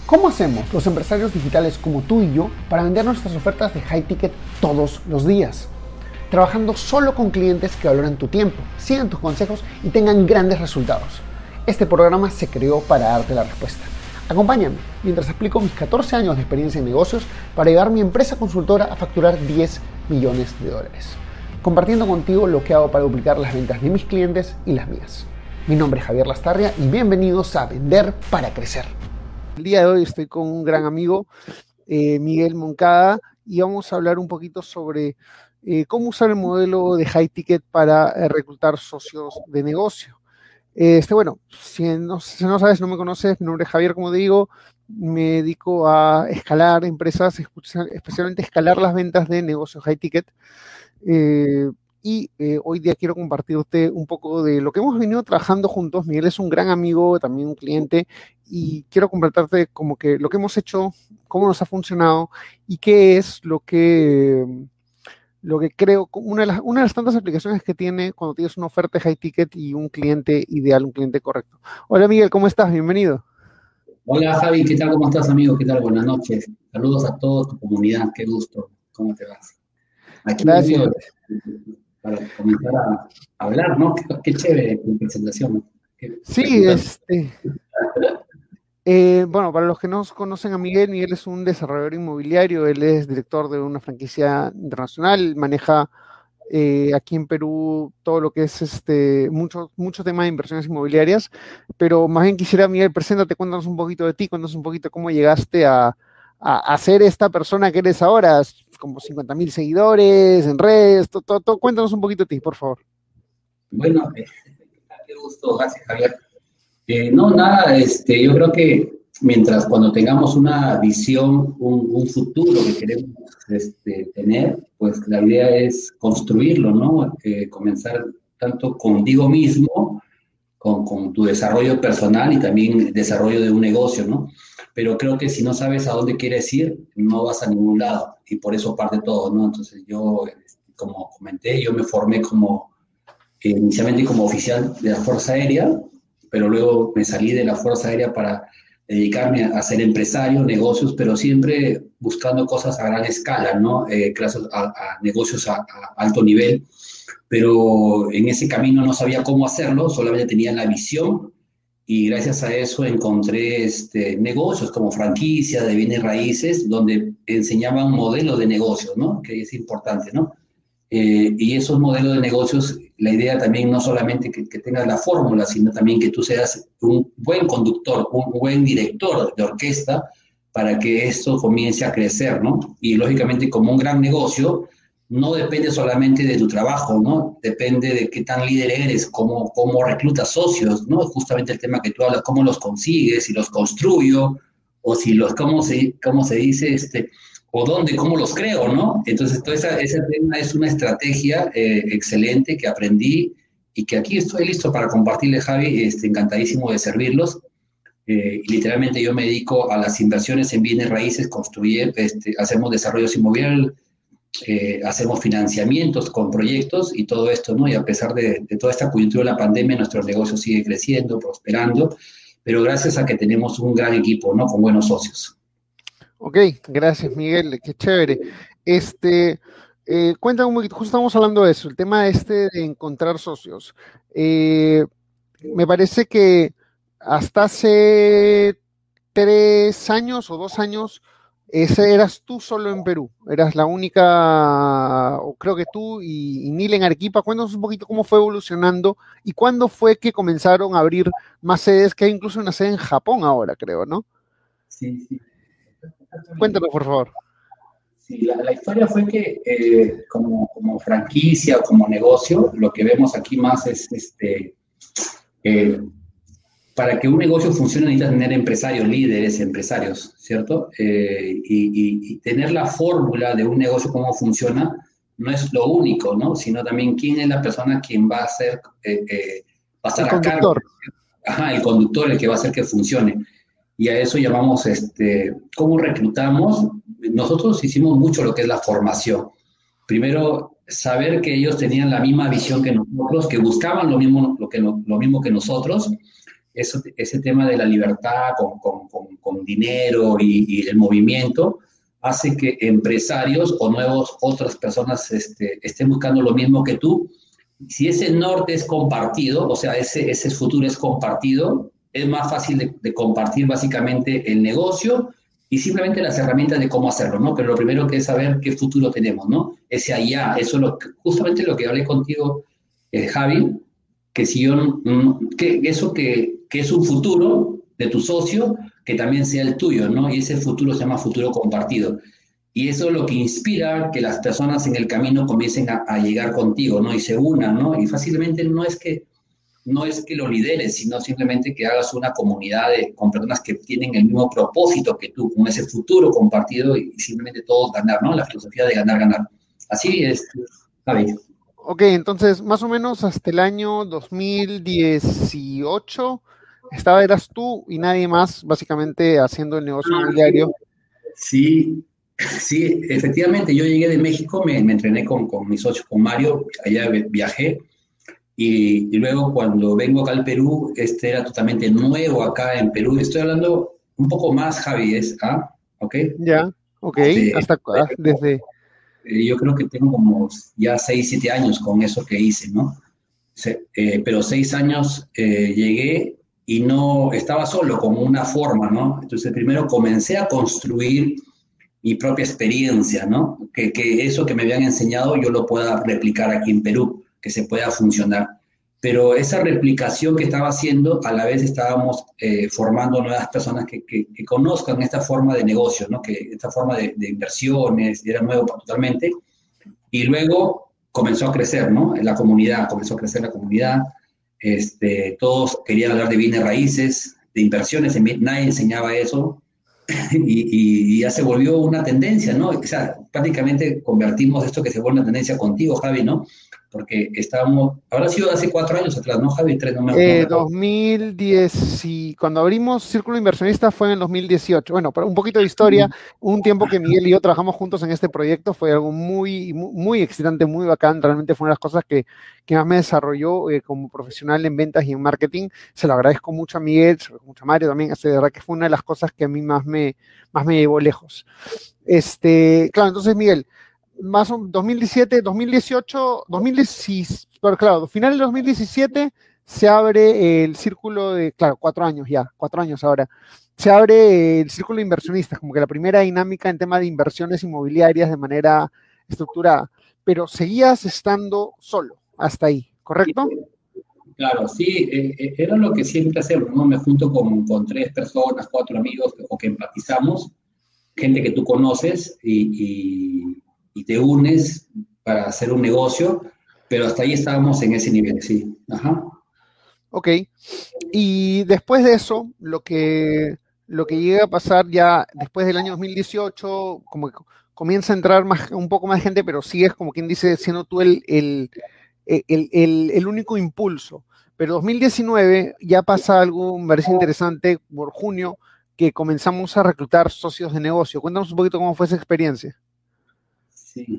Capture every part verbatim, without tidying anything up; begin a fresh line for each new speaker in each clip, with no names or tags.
¿Cómo hacemos los empresarios digitales como tú y yo para vender nuestras ofertas de high ticket todos los días? Trabajando solo con clientes que valoran tu tiempo, sigan tus consejos y tengan grandes resultados. Este programa se creó para darte la respuesta. Acompáñame mientras explico mis catorce años de experiencia en negocios para llevar mi empresa consultora a facturar diez millones de dólares. Compartiendo contigo lo que hago para duplicar las ventas de mis clientes y las mías. Mi nombre es Javier Lastarria y bienvenidos a Vender para Crecer. El día de hoy estoy con un gran amigo, eh, Miguel Moncada, y vamos a hablar un poquito sobre eh, cómo usar el modelo de high ticket para eh, reclutar socios de negocio. Este, bueno, si no, si no sabes, no me conoces, mi nombre es Javier, como digo, me dedico a escalar empresas, especialmente escalar las ventas de negocios high ticket. Eh, y eh, hoy día quiero compartirte un poco de lo que hemos venido trabajando juntos. Miguel es un gran amigo, también un cliente, y quiero compartirte como que lo que hemos hecho, cómo nos ha funcionado y qué es lo que, lo que creo, una de, las, una de las tantas aplicaciones que tiene cuando tienes una oferta de high ticket y un cliente ideal, un cliente correcto. Hola Miguel, ¿cómo estás? Bienvenido.
Hola Javi, ¿qué tal? ¿Cómo estás, amigo? ¿Qué tal? Buenas noches. Saludos a toda tu comunidad, qué gusto. ¿Cómo te vas? Aquí
Gracias.
amigo, para comenzar a hablar, ¿no? Qué, qué chévere tu presentación, ¿no? Qué,
sí, este... Eh, bueno, para los que no conocen a Miguel, Miguel es un desarrollador inmobiliario, él es director de una franquicia internacional, maneja eh, aquí en Perú todo lo que es este mucho, mucho tema de inversiones inmobiliarias, pero más bien quisiera, Miguel, preséntate, cuéntanos un poquito de ti, cuéntanos un poquito cómo llegaste a, a, a ser esta persona que eres ahora, como cincuenta mil seguidores en redes, todo, todo, todo, cuéntanos un poquito de ti, por favor.
Bueno, eh, qué gusto, gracias Javier. Eh, no, nada, este, yo creo que mientras cuando tengamos una visión, un, un futuro que queremos este, tener, pues la idea es construirlo, ¿no? Eh, comenzar tanto contigo mismo, con, con tu desarrollo personal y también desarrollo de un negocio, ¿no? Pero creo que si no sabes a dónde quieres ir, no vas a ningún lado y por eso parte todo, ¿no? Entonces yo, como comenté, yo me formé como, eh, inicialmente como oficial de la Fuerza Aérea, pero luego me salí de la Fuerza Aérea para dedicarme a, a ser empresario, negocios, pero siempre buscando cosas a gran escala, ¿no? Eh, clases a, a negocios a, a alto nivel, pero en ese camino no sabía cómo hacerlo, solamente tenía la visión y gracias a eso encontré este, negocios como franquicia de bienes raíces, donde enseñaban modelos de negocios, ¿no? Que es importante, ¿no? Eh, y esos modelos de negocios, la idea también no solamente que, que tengas la fórmula, sino también que tú seas un buen conductor, un buen director de orquesta para que esto comience a crecer, ¿no? Y lógicamente como un gran negocio, no depende solamente de tu trabajo, ¿no? Depende de qué tan líder eres, cómo, cómo reclutas socios, ¿no? Justamente el tema que tú hablas, cómo los consigues, si los construyo, o si los, cómo se, cómo se dice, este... o dónde, cómo los creo, ¿no? Entonces, todo esa, ese tema es una estrategia eh, excelente que aprendí y que aquí estoy listo para compartirle, Javi, este, encantadísimo de servirlos. Eh, y literalmente yo me dedico a las inversiones en bienes raíces, construir, este, hacemos desarrollos inmobiliarios, eh, hacemos financiamientos con proyectos y todo esto, ¿no? Y a pesar de, de toda esta coyuntura de la pandemia, nuestro negocio sigue creciendo, prosperando, pero gracias a que tenemos un gran equipo, ¿no? Con buenos socios.
Ok, gracias Miguel, qué chévere. Este, eh, cuéntame un poquito, justo estamos hablando de eso, el tema este de encontrar socios. Eh, me parece que hasta hace tres años o dos años, ese eras tú solo en Perú, eras la única, o creo que tú y, y Nil en Arequipa. Cuéntanos un poquito cómo fue evolucionando y cuándo fue que comenzaron a abrir más sedes, que hay incluso una sede en Japón ahora, creo, ¿no?
Sí, sí.
Cuéntanos, por favor.
Sí, la, la historia fue que eh, como, como franquicia o como negocio, lo que vemos aquí más es, este, eh, para que un negocio funcione necesita tener empresarios, líderes, empresarios, ¿cierto? Eh, y, y, y tener la fórmula de un negocio, cómo funciona, no es lo único, ¿no? Sino también quién es la persona quien va a ser, eh, eh, va a estar a cargo. Ajá, el conductor, el que va a hacer que funcione. Y a eso llamamos, este, ¿cómo reclutamos? Nosotros hicimos mucho lo que es la formación. Primero, saber que ellos tenían la misma visión que nosotros, que buscaban lo mismo, lo que, lo, lo mismo que nosotros, eso, ese tema de la libertad con, con, con, con dinero y, y el movimiento hace que empresarios o nuevos, otras personas este, estén buscando lo mismo que tú. Si ese norte es compartido, o sea, ese, ese futuro es compartido, es más fácil de, de compartir básicamente el negocio y simplemente las herramientas de cómo hacerlo, ¿no? Pero lo primero que es saber qué futuro tenemos, ¿no? Ese allá, eso es lo que, justamente lo que hablé contigo, eh, Javi, que si yo, mm, que eso que, que es un futuro de tu socio, que también sea el tuyo, ¿no? Y ese futuro se llama futuro compartido. Y eso es lo que inspira que las personas en el camino comiencen a, a llegar contigo, ¿no? Y se unan, ¿no? Y fácilmente no es que no es que lo lideres, sino simplemente que hagas una comunidad de, con personas que tienen el mismo propósito que tú, con ese futuro compartido y simplemente todos ganar, ¿no? La filosofía de ganar, ganar. Así es, Javi.
Ok, entonces, más o menos hasta el año dos mil dieciocho, estaba, eras tú y nadie más, básicamente, haciendo el negocio inmobiliario.
Sí, sí, efectivamente, yo llegué de México, me, me entrené con, con mi socio, con Mario, allá viajé. Y, y luego cuando vengo acá al Perú, este era totalmente nuevo acá en Perú. Estoy hablando un poco más, Javi, ¿es? ¿Ah? ¿Ok?
Ya, ok,
Este,
hasta desde...
eh, yo creo que tengo como ya seis, siete años con eso que hice, ¿no? Se, eh, pero seis años eh, llegué y no estaba solo, como una forma, ¿no? Entonces primero comencé a construir mi propia experiencia, ¿no? Que, que eso que me habían enseñado yo lo pueda replicar aquí en Perú, que se pueda funcionar. Pero esa replicación que estaba haciendo, a la vez estábamos eh, formando nuevas personas que, que, que conozcan esta forma de negocio, ¿no? Que esta forma de, de inversiones, era nuevo totalmente. Y luego comenzó a crecer, ¿no? La comunidad, comenzó a crecer la comunidad. Este, todos querían hablar de bienes raíces, de inversiones, nadie enseñaba eso. Y, y, y ya se volvió una tendencia, ¿no? O sea, prácticamente convertimos esto que se vuelve una tendencia contigo, Javi, ¿no? Porque estábamos, habrá sido hace cuatro años atrás, ¿no, Javi? Tres, no me acuerdo.
Eh, dos mil diez, y cuando abrimos Círculo Inversionista fue en el dos mil dieciocho. Bueno, para un poquito de historia, un tiempo que Miguel y yo trabajamos juntos en este proyecto fue algo muy, muy, muy excitante, muy bacán. Realmente fue una de las cosas que, que más me desarrolló eh, como profesional en ventas y en marketing. Se lo agradezco mucho a Miguel, se lo agradezco mucho a Mario también. De verdad que fue una de las cosas que a mí más me, más me llevó lejos. Este, claro, entonces, Miguel, más o dos mil diecisiete, dos mil dieciocho, dos mil dieciséis, pero claro, final del dos mil diecisiete se abre el círculo de, claro, cuatro años ya, cuatro años ahora, se abre el círculo de inversionistas, como que la primera dinámica en tema de inversiones inmobiliarias de manera estructurada, pero seguías estando solo hasta ahí, ¿correcto?
Claro, sí, eh, era lo que siempre hacemos, ¿no? Me junto con, con tres personas, cuatro amigos, o que empatizamos, gente que tú conoces y, y, y te unes para hacer un negocio, pero hasta ahí estábamos en ese nivel, sí. Ajá.
Ok, y después de eso, lo que, lo que llega a pasar ya después del año dos mil dieciocho, como que comienza a entrar más, un poco más gente, pero sigues como quien dice, siendo tú el, el, el, el, el único impulso. Pero dos mil diecinueve ya pasa algo, me parece interesante, por junio, que comenzamos a reclutar socios de negocio. Cuéntanos un poquito cómo fue esa experiencia.
Sí.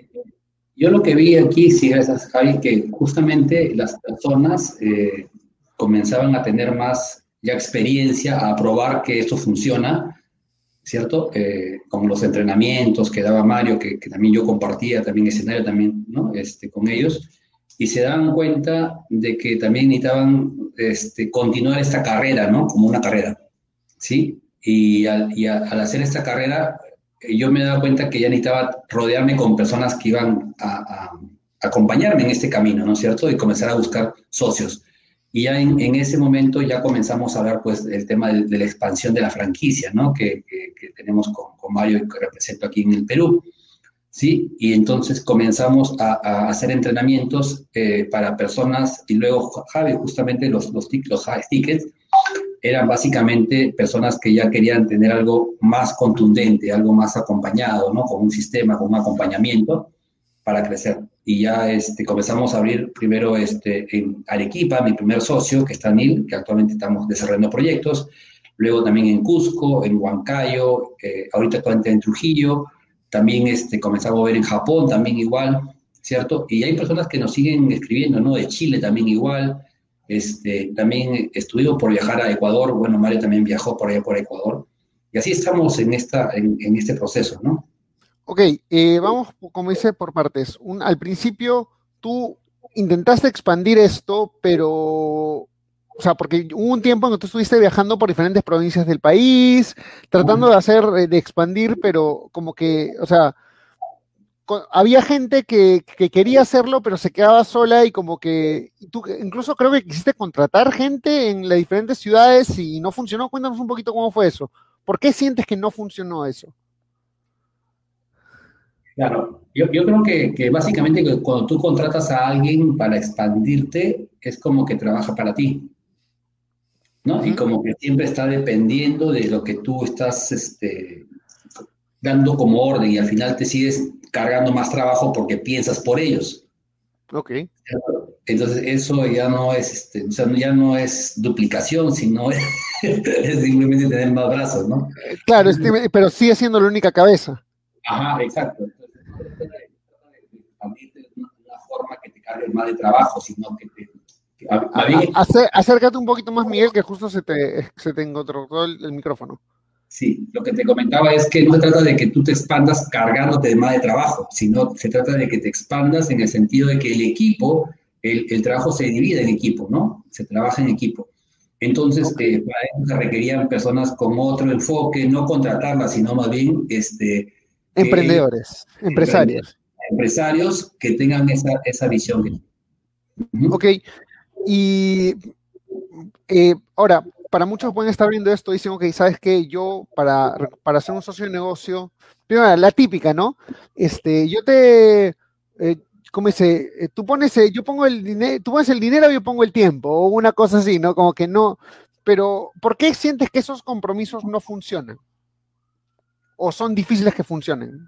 Yo lo que vi aquí, sí, gracias, Javi, que justamente las personas eh, comenzaban a tener más ya experiencia, a probar que esto funciona, ¿cierto? Eh, como los entrenamientos que daba Mario, que, que también yo compartía, también escenario también, ¿no? Este, con ellos, y se daban cuenta de que también necesitaban este, continuar esta carrera, ¿no? Como una carrera, ¿sí? Y al, y a, al hacer esta carrera, yo me he dado cuenta que ya necesitaba rodearme con personas que iban a, a, a acompañarme en este camino, ¿no es cierto? Y comenzar a buscar socios. Y ya en, en ese momento ya comenzamos a hablar, pues, del tema de, de la expansión de la franquicia, ¿no? Que, que, que tenemos con, con Mario y que represento aquí en el Perú, ¿sí? Y entonces comenzamos a, a hacer entrenamientos eh, para personas, y luego, Javi, justamente los, los, los tickets, eran básicamente personas que ya querían tener algo más contundente, algo más acompañado, ¿no? Con un sistema, con un acompañamiento para crecer. Y ya este, comenzamos a abrir primero este, en Arequipa, mi primer socio, que está Nil, que actualmente estamos desarrollando proyectos, luego también en Cusco, en Huancayo, eh, ahorita actualmente en Trujillo, también este, comenzamos a ver en Japón, también igual, ¿cierto? Y hay personas que nos siguen escribiendo, ¿no? De Chile también igual. Este, también estuvimos por viajar a Ecuador, bueno, Mario también viajó por allá por Ecuador, y así estamos en, esta, en, en este proceso, ¿no?
Ok, eh, vamos, como dice, por partes. Un, al principio tú intentaste expandir esto, pero, o sea, porque hubo un tiempo en que tú estuviste viajando por diferentes provincias del país, tratando de hacer, de expandir, pero como que, o sea, había gente que, que quería hacerlo, pero se quedaba sola y como que tú incluso creo que quisiste contratar gente en las diferentes ciudades y no funcionó. Cuéntanos un poquito cómo fue eso. ¿Por qué sientes que no funcionó eso?
Claro, yo, yo creo que, que básicamente que cuando tú contratas a alguien para expandirte, es como que trabaja para ti, ¿no? Uh-huh. Y como que siempre está dependiendo de lo que tú estás este, dando como orden y al final te sigues cargando más trabajo porque piensas por ellos.
Ok.
Entonces eso ya no es, este, o sea, ya no es duplicación, sino es, es simplemente tener más brazos, ¿no?
Claro, este, pero sigue siendo la única cabeza.
Ajá, exacto. Entonces, no es de una forma que te cargue más de trabajo, sino que te... Que a, a mí,
Acer, acércate un poquito más, Miguel, que justo se te, se te encontró el, el micrófono.
Sí, lo que te comentaba es que no se trata de que tú te expandas cargándote de más de trabajo, sino se trata de que te expandas en el sentido de que el equipo, el, el trabajo se divide en equipo, ¿no? Se trabaja en equipo. Entonces, okay. eh, para eso se requerían personas con otro enfoque, no contratarlas, sino más bien... Este,
emprendedores, que, empresarios.
Empresarios que tengan esa, esa visión.
Uh-huh. Ok, y eh, ahora... Para muchos pueden estar viendo esto y dicen, ok, ¿sabes qué? Yo, para, para ser un socio de negocio, primero, la típica, ¿no? Este, yo te, eh, ¿cómo dice? Eh, tú pones, eh, yo pongo el dinero, tú pones el dinero, yo pongo el tiempo, o una cosa así, ¿no? Como que no, pero ¿por qué sientes que esos compromisos no funcionan? ¿O son difíciles que funcionen?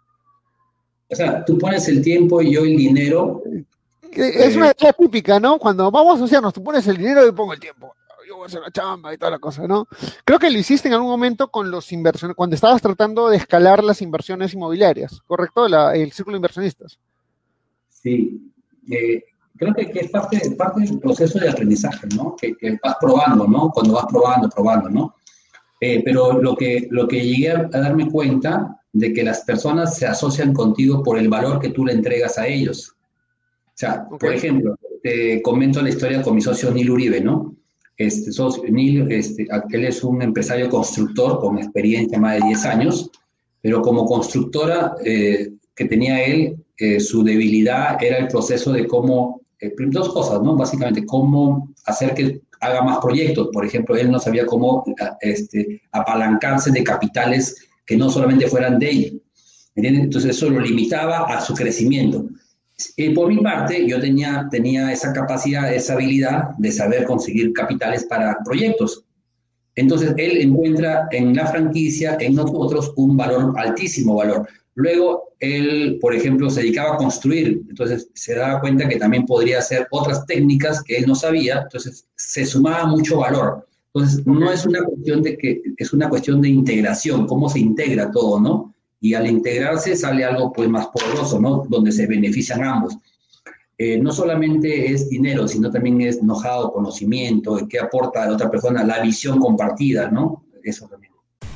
O sea, tú pones el tiempo y yo el dinero.
Es una la típica, ¿no? Cuando vamos a asociarnos, tú pones el dinero y yo pongo el tiempo. Yo voy a hacer la chamba y toda la cosa, ¿no? Creo que lo hiciste en algún momento con los inversiones, cuando estabas tratando de escalar las inversiones inmobiliarias, ¿correcto? La, el círculo de inversionistas.
Sí, eh, creo que, que es parte, parte del proceso de aprendizaje, ¿no? Que, que vas probando, ¿no? Cuando vas probando, probando, ¿no? Eh, pero lo que, lo que llegué a, a darme cuenta de que las personas se asocian contigo por el valor que tú le entregas a ellos. O sea, okay. Por ejemplo, te comento la historia con mi socio Nil Uribe, ¿no? Este, socio, Nil, este, él es un empresario constructor con experiencia más de diez años, pero como constructora eh, que tenía él, eh, su debilidad era el proceso de cómo, eh, dos cosas, ¿no? Básicamente, cómo hacer que haga más proyectos. Por ejemplo, él no sabía cómo este, apalancarse de capitales que no solamente fueran de él, ¿entiendes? Entonces eso lo limitaba a su crecimiento. Y por mi parte, yo tenía, tenía esa capacidad, esa habilidad de saber conseguir capitales para proyectos. Entonces, él encuentra en la franquicia, en nosotros, un valor, altísimo valor. Luego, él, por ejemplo, se dedicaba a construir. Entonces, se daba cuenta que también podría hacer otras técnicas que él no sabía. Entonces, se sumaba mucho valor. Entonces, no es una cuestión de que, es una cuestión de integración, cómo se integra todo, ¿no? Y al integrarse sale algo pues más poderoso, ¿no? Donde se benefician ambos. Eh, no solamente es dinero, sino también es know-how, conocimiento, qué aporta a la otra persona, la visión compartida, ¿no? Eso también.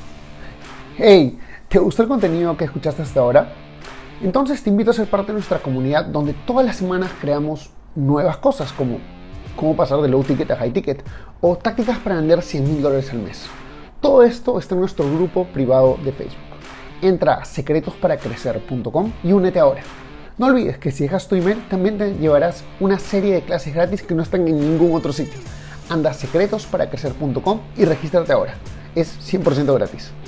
Hey, ¿te gustó el contenido que escuchaste hasta ahora? Entonces te invito a ser parte de nuestra comunidad donde todas las semanas creamos nuevas cosas como cómo pasar de low ticket a high ticket o tácticas para vender cien mil dólares al mes. Todo esto está en nuestro grupo privado de Facebook. Entra a secretos para crecer punto com y únete ahora. No olvides que si dejas tu email también te llevarás una serie de clases gratis que no están en ningún otro sitio. Anda a secretos para crecer punto com y regístrate ahora. Es cien por ciento gratis.